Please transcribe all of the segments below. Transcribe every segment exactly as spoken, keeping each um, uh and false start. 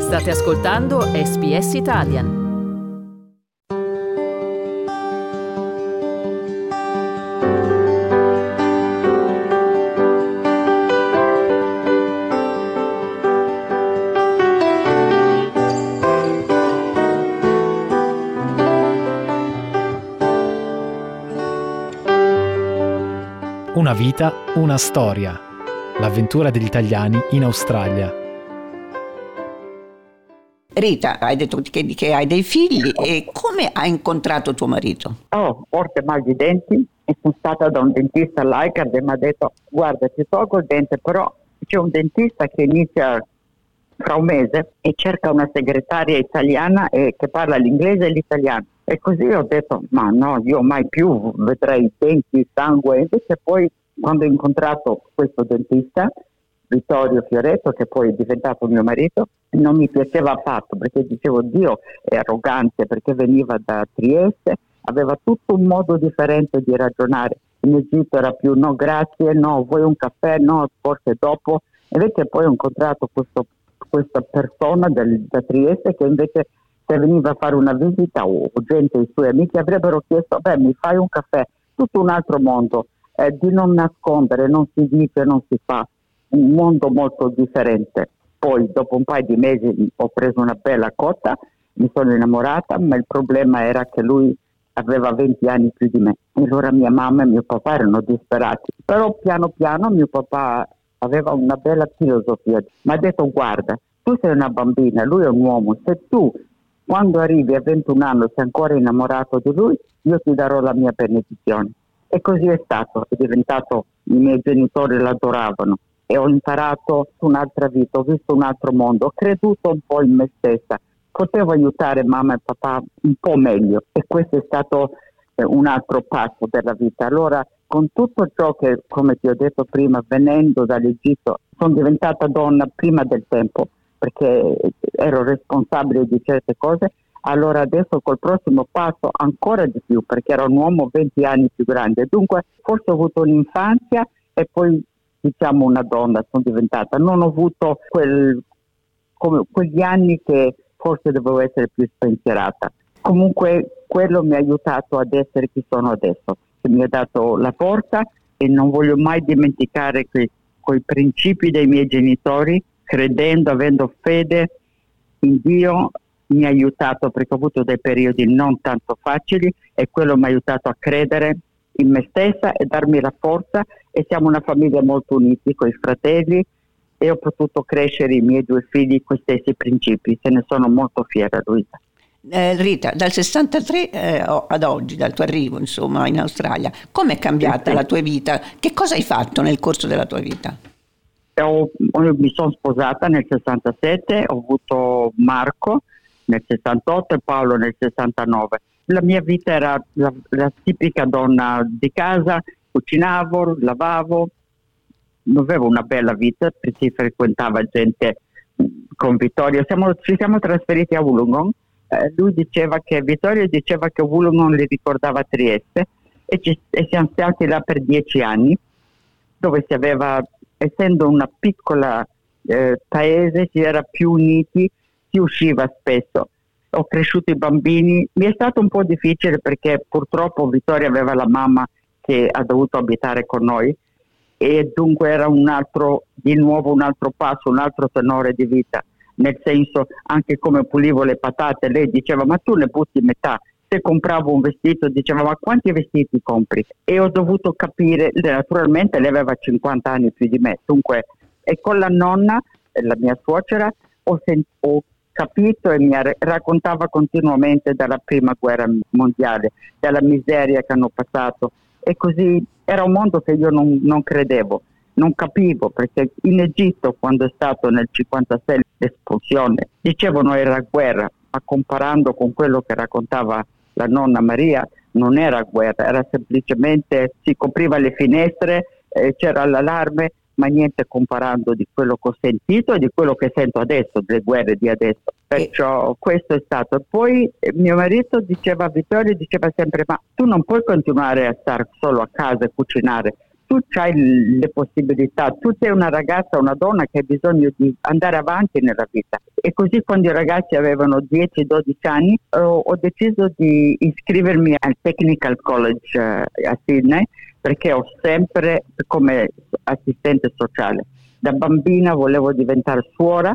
State ascoltando S B S Italian. Una vita, una storia. L'avventura degli italiani in Australia. Rita, hai detto che, che hai dei figli, e come hai incontrato tuo marito? Oh, forte mal di denti e sono stata da un dentista all'Icard e mi ha detto: guarda, ti tolgo il dente, però c'è un dentista che inizia fra un mese e cerca una segretaria italiana e che parla l'inglese e l'italiano. E così ho detto: ma no, io mai più vedrei i denti, sangue. Invece poi, quando ho incontrato questo dentista, Vittorio Fioretto, che poi è diventato mio marito, non mi piaceva affatto, perché dicevo: Dio è arrogante, perché veniva da Trieste, aveva tutto un modo differente di ragionare. In Egitto era più no grazie, no vuoi un caffè, no forse dopo. Invece poi ho incontrato questo, questa persona del, da Trieste, che invece, se veniva a fare una visita o, o gente, i suoi amici avrebbero chiesto: beh, mi fai un caffè? Tutto un altro mondo, eh, di non nascondere, non si dice, non si fa, un mondo molto differente. Poi dopo un paio di mesi ho preso una bella cotta, mi sono innamorata, ma il problema era che lui aveva venti anni più di me. E allora mia mamma e mio papà erano disperati. Però piano piano mio papà aveva una bella filosofia. Mi ha detto: guarda, tu sei una bambina, lui è un uomo, se tu quando arrivi a ventuno anni sei ancora innamorato di lui, io ti darò la mia benedizione. E così è stato, è diventato, i miei genitori l'adoravano e ho imparato un'altra vita, ho visto un altro mondo, ho creduto un po' in me stessa, potevo aiutare mamma e papà un po' meglio, e questo è stato eh, un altro passo della vita. Allora, con tutto ciò che, come ti ho detto prima, venendo dall'Egitto, sono diventata donna prima del tempo, perché ero responsabile di certe cose. Allora adesso col prossimo passo ancora di più, perché ero un uomo venti anni più grande, dunque forse ho avuto un'infanzia e poi diciamo una donna sono diventata. Non ho avuto quel, come, quegli anni che forse dovevo essere più spensierata. Comunque quello mi ha aiutato ad essere chi sono adesso, che mi ha dato la forza, e non voglio mai dimenticare quei, quei principi dei miei genitori. Credendo, avendo fede in Dio, mi ha aiutato, perché ho avuto dei periodi non tanto facili, e quello mi ha aiutato a credere in me stessa e darmi la forza. E siamo una famiglia molto uniti con i fratelli, e ho potuto crescere i miei due figli con questi stessi principi. Se ne sono molto fiera, Luisa. Eh, Rita, dal sessantatré eh, ad oggi, dal tuo arrivo insomma in Australia, come è cambiata sì, sì. la tua vita? Che cosa hai fatto nel corso della tua vita? Ho, mi sono sposata nel sessantasette, ho avuto Marco nel sessantotto e Paolo nel sessantanove. La mia vita era la, la tipica donna di casa, cucinavo, lavavo, avevo una bella vita, si frequentava gente con Vittorio. Siamo, ci siamo trasferiti a Wollongong, eh, lui diceva che, Vittorio diceva che Wollongong le ricordava Trieste, e, ci, e siamo stati là per dieci anni, dove si aveva, essendo una piccola eh, paese, si era più uniti, si usciva spesso. Ho cresciuto i bambini, mi è stato un po' difficile perché purtroppo Vittoria aveva la mamma che ha dovuto abitare con noi, e dunque era un altro, di nuovo un altro passo, un altro tenore di vita, nel senso, anche come pulivo le patate, lei diceva: ma tu ne butti metà. Se compravo un vestito diceva: ma quanti vestiti compri? E ho dovuto capire, naturalmente lei aveva cinquanta anni più di me, dunque, e con la nonna, la mia suocera, ho, sent- ho capito, e mi raccontava continuamente dalla prima guerra mondiale, della miseria che hanno passato, e così era un mondo che io non, non credevo, non capivo, perché in Egitto, quando è stato nel cinquantasei l'espulsione, dicevano era guerra, ma comparando con quello che raccontava la nonna Maria, non era guerra, era semplicemente si copriva le finestre, eh, c'era l'allarme, ma niente comparando di quello che ho sentito e di quello che sento adesso, delle guerre di adesso. Perciò questo è stato. E poi eh, mio marito diceva, Vittorio diceva sempre: ma tu non puoi continuare a stare solo a casa e cucinare, tu hai le possibilità, tu sei una ragazza, una donna che ha bisogno di andare avanti nella vita. E così quando i ragazzi avevano dieci dodici anni ho, ho deciso di iscrivermi al Technical College uh, a Sydney, perché ho sempre, come assistente sociale, da bambina volevo diventare suora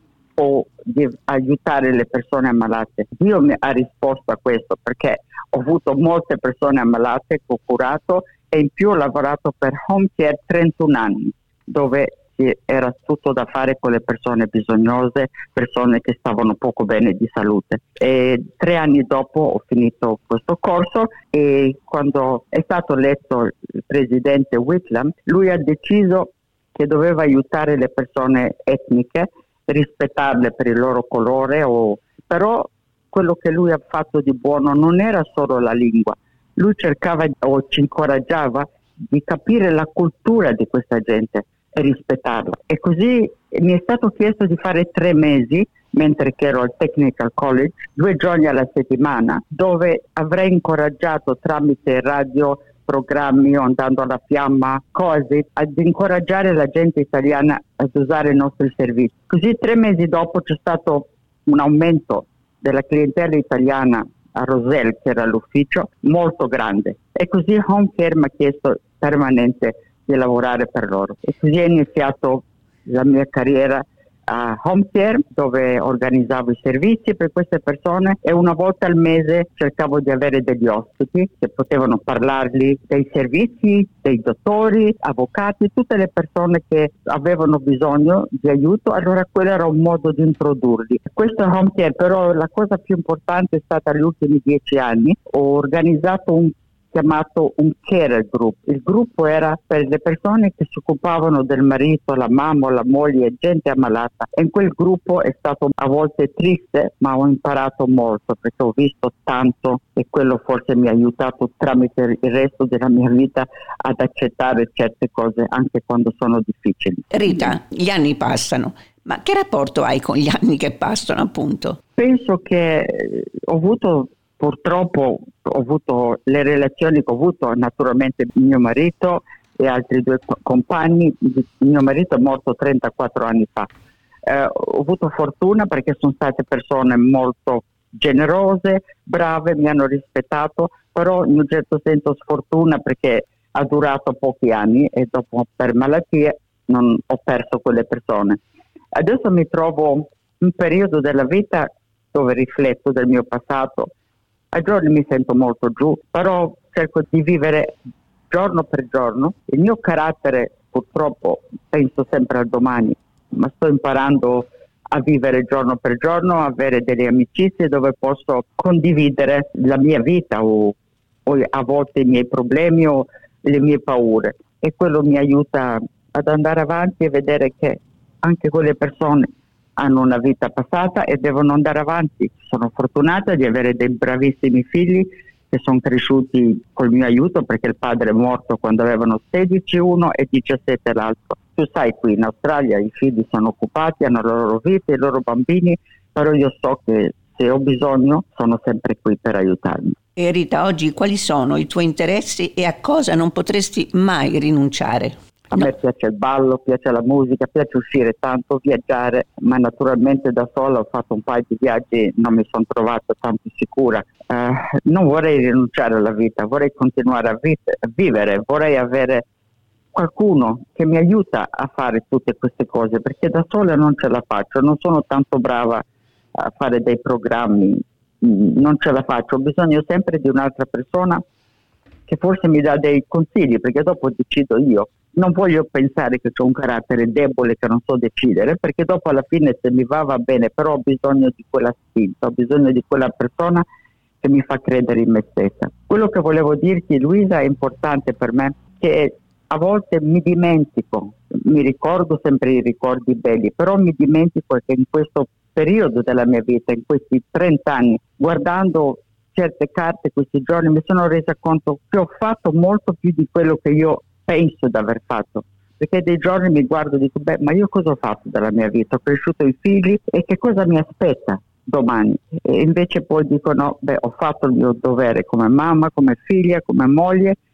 o di aiutare le persone ammalate. Dio mi ha risposto a questo, perché ho avuto molte persone ammalate che ho curato, e in più ho lavorato per Home Care trentuno anni, dove era tutto da fare con le persone bisognose, persone che stavano poco bene di salute. E tre anni dopo ho finito questo corso, e quando è stato eletto il presidente Whitlam, lui ha deciso che doveva aiutare le persone etniche, rispettarle per il loro colore, o... però quello che lui ha fatto di buono non era solo la lingua, lui cercava o ci incoraggiava di capire la cultura di questa gente e rispettarla. E così mi è stato chiesto di fare tre mesi, mentre che ero al Technical College, due giorni alla settimana, dove avrei incoraggiato tramite radio, programmi, andando alla fiamma, cose, ad incoraggiare la gente italiana ad usare i nostri servizi. Così tre mesi dopo c'è stato un aumento della clientela italiana a Roselle, che era l'ufficio, molto grande. E così Home Care mi ha chiesto permanente di lavorare per loro. E così è iniziato la mia carriera a Home Care, dove organizzavo i servizi per queste persone, e una volta al mese cercavo di avere degli ospiti che potevano parlargli dei servizi, dei dottori, avvocati, tutte le persone che avevano bisogno di aiuto. Allora quello era un modo di introdurli. Questo è Home Care, però la cosa più importante è stata negli ultimi dieci anni. Ho organizzato un chiamato un care group. Il gruppo era per le persone che si occupavano del marito, la mamma, la moglie, gente ammalata. E in quel gruppo è stato a volte triste, ma ho imparato molto, perché ho visto tanto, e quello forse mi ha aiutato tramite il resto della mia vita ad accettare certe cose anche quando sono difficili. Rita, gli anni passano, ma che rapporto hai con gli anni che passano, appunto? Penso che ho avuto Purtroppo ho avuto le relazioni che ho avuto, naturalmente mio marito e altri due compagni. Mio marito è morto trentaquattro anni fa. Eh, ho avuto fortuna perché sono state persone molto generose, brave, mi hanno rispettato, però in un certo senso sfortuna perché ha durato pochi anni e dopo per malattie non ho perso quelle persone. Adesso mi trovo in un periodo della vita dove rifletto del mio passato. A giorni mi sento molto giù, però cerco di vivere giorno per giorno. Il mio carattere, purtroppo, penso sempre al domani, ma sto imparando a vivere giorno per giorno, avere delle amicizie dove posso condividere la mia vita o, o a volte i miei problemi o le mie paure. E quello mi aiuta ad andare avanti e vedere che anche quelle persone hanno una vita passata e devono andare avanti. Sono fortunata di avere dei bravissimi figli che sono cresciuti col mio aiuto, perché il padre è morto quando avevano sedici uno e diciassette l'altro. Tu sai, qui in Australia i figli sono occupati, hanno la loro vita, i loro bambini, però io so che se ho bisogno sono sempre qui per aiutarmi. E Rita, oggi quali sono i tuoi interessi e a cosa non potresti mai rinunciare? A me piace il ballo, piace la musica, piace uscire tanto, viaggiare, ma naturalmente da sola ho fatto un paio di viaggi, non mi sono trovata tanto sicura. Uh, non vorrei rinunciare alla vita, vorrei continuare a, vi- a vivere, vorrei avere qualcuno che mi aiuta a fare tutte queste cose, perché da sola non ce la faccio, non sono tanto brava a fare dei programmi, non ce la faccio, ho bisogno sempre di un'altra persona che forse mi dà dei consigli, perché dopo decido io. Non voglio pensare che ho un carattere debole, che non so decidere, perché dopo alla fine se mi va va bene, però ho bisogno di quella spinta, ho bisogno di quella persona che mi fa credere in me stessa. Quello che volevo dirti, Luisa, è importante per me, che a volte mi dimentico, mi ricordo sempre i ricordi belli, però mi dimentico che in questo periodo della mia vita, in questi trenta anni, guardando certe carte questi giorni, mi sono resa conto che ho fatto molto più di quello che io penso di aver fatto, perché dei giorni mi guardo e dico, beh, ma io cosa ho fatto della mia vita? Ho cresciuto i figli e che cosa mi aspetta domani? E invece poi dico, no, beh, ho fatto il mio dovere come mamma, come figlia, come moglie,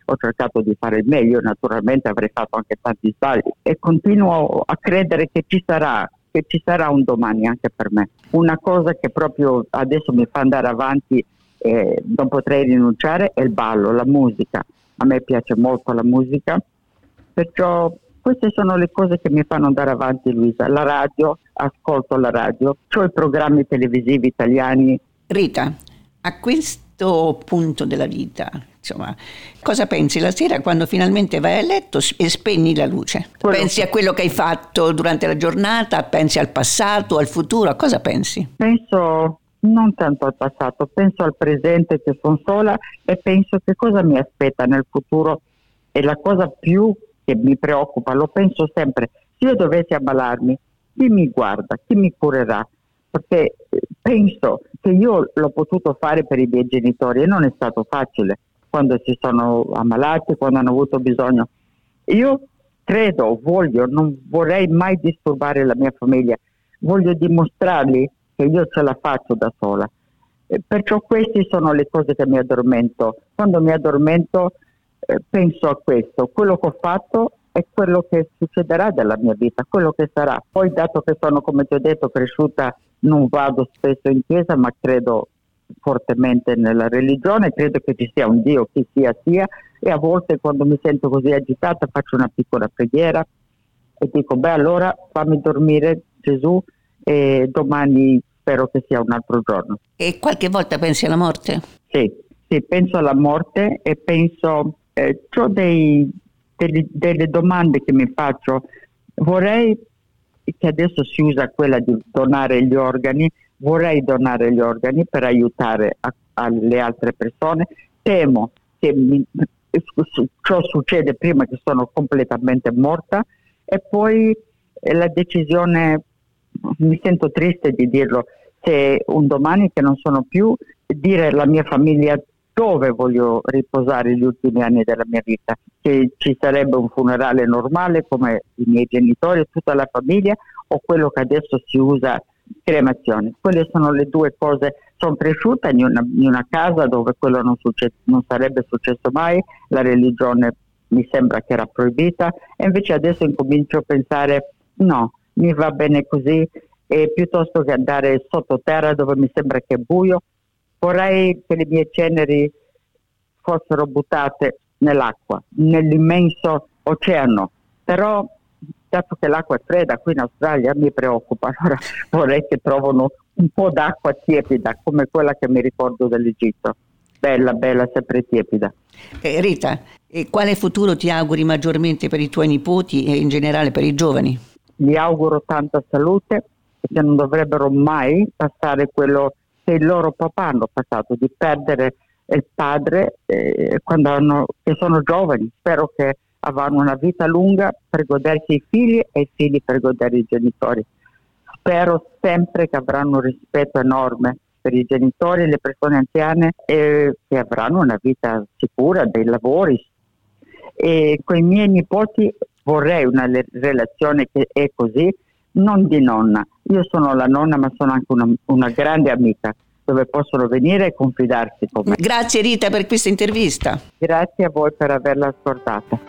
ho cercato di fare il meglio, naturalmente avrei fatto anche tanti sbagli e continuo a credere che ci sarà, che ci sarà un domani anche per me. Una cosa che proprio adesso mi fa andare avanti e non potrei rinunciare è il ballo, la musica. A me piace molto la musica, perciò queste sono le cose che mi fanno andare avanti, Luisa. La radio, ascolto la radio, ho i programmi televisivi italiani. Rita, a questo punto della vita, insomma, cosa pensi la sera quando finalmente vai a letto e spegni la luce? Quello pensi che... a quello che hai fatto durante la giornata? Pensi al passato, al futuro? A cosa pensi? Penso non tanto al passato, penso al presente, che sono sola, e penso che cosa mi aspetta nel futuro. E la cosa più che mi preoccupa, lo penso sempre, se io dovessi ammalarmi, chi mi guarda, chi mi curerà? Perché penso che io l'ho potuto fare per i miei genitori e non è stato facile quando si sono ammalati, quando hanno avuto bisogno. Io credo, voglio, non vorrei mai disturbare la mia famiglia, voglio dimostrargli che io ce la faccio da sola. E perciò queste sono le cose che mi addormento. Quando mi addormento eh, penso a questo, quello che ho fatto è quello che succederà della mia vita, quello che sarà. Poi, dato che sono, come ti ho detto, cresciuta, non vado spesso in chiesa, ma credo fortemente nella religione, credo che ci sia un Dio, chi sia sia, e a volte quando mi sento così agitata faccio una piccola preghiera e dico, beh, allora fammi dormire, Gesù, e domani spero che sia un altro giorno. E qualche volta pensi alla morte? Sì, sì, penso alla morte e penso, eh, ho dei, delle, delle domande che mi faccio. Vorrei, che adesso si usa quella di donare gli organi, vorrei donare gli organi per aiutare a, alle altre persone. Temo che mi, ciò succede prima che sono completamente morta, e poi eh, la decisione, mi sento triste di dirlo, se un domani che non sono più, dire alla mia famiglia dove voglio riposare gli ultimi anni della mia vita, che ci sarebbe un funerale normale come i miei genitori e tutta la famiglia, o quello che adesso si usa, cremazione. Quelle sono le due cose. Sono cresciuta in una, in una casa dove quello non, succe- non sarebbe successo mai, la religione mi sembra che era proibita, e invece adesso incomincio a pensare no, mi va bene così, e piuttosto che andare sottoterra dove mi sembra che è buio, vorrei che le mie ceneri fossero buttate nell'acqua, nell'immenso oceano. Però, dato che l'acqua è fredda qui in Australia, mi preoccupa, allora vorrei che trovano un po' d'acqua tiepida, come quella che mi ricordo dell'Egitto. Bella, bella, sempre tiepida. Eh, Rita, e quale futuro ti auguri maggiormente per i tuoi nipoti e in generale per i giovani? Gli auguro tanta salute, perché non dovrebbero mai passare quello che il loro papà hanno passato, di perdere il padre eh, quando hanno, che sono giovani. Spero che avranno una vita lunga per godersi i figli e i figli per godere i genitori. Spero sempre che avranno un rispetto enorme per i genitori e le persone anziane, e che avranno una vita sicura, dei lavori. E con i miei nipoti vorrei una le- relazione che è così, non di nonna. Io sono la nonna, ma sono anche una, una grande amica, dove possono venire e confidarsi con me. Grazie Rita per questa intervista. Grazie a voi per averla ascoltata.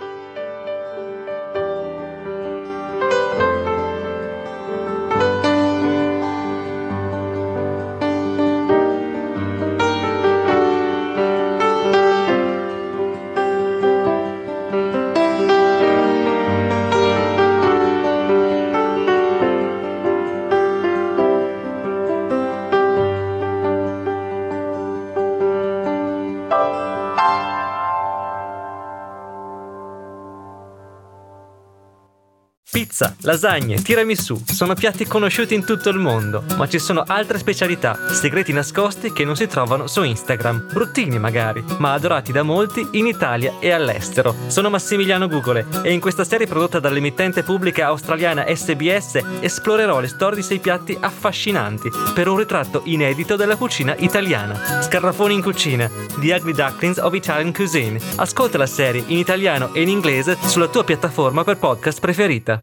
Pizza, lasagne, tiramisù sono piatti conosciuti in tutto il mondo, ma ci sono altre specialità, segreti nascosti che non si trovano su Instagram, bruttini magari, ma adorati da molti in Italia e all'estero. Sono Massimiliano Gugole e in questa serie prodotta dall'emittente pubblica australiana S B S esplorerò le storie di sei piatti affascinanti per un ritratto inedito della cucina italiana. Scarafoni in cucina, The Ugly Ducklings of Italian Cuisine. Ascolta la serie in italiano e in inglese sulla tua piattaforma per podcast preferita.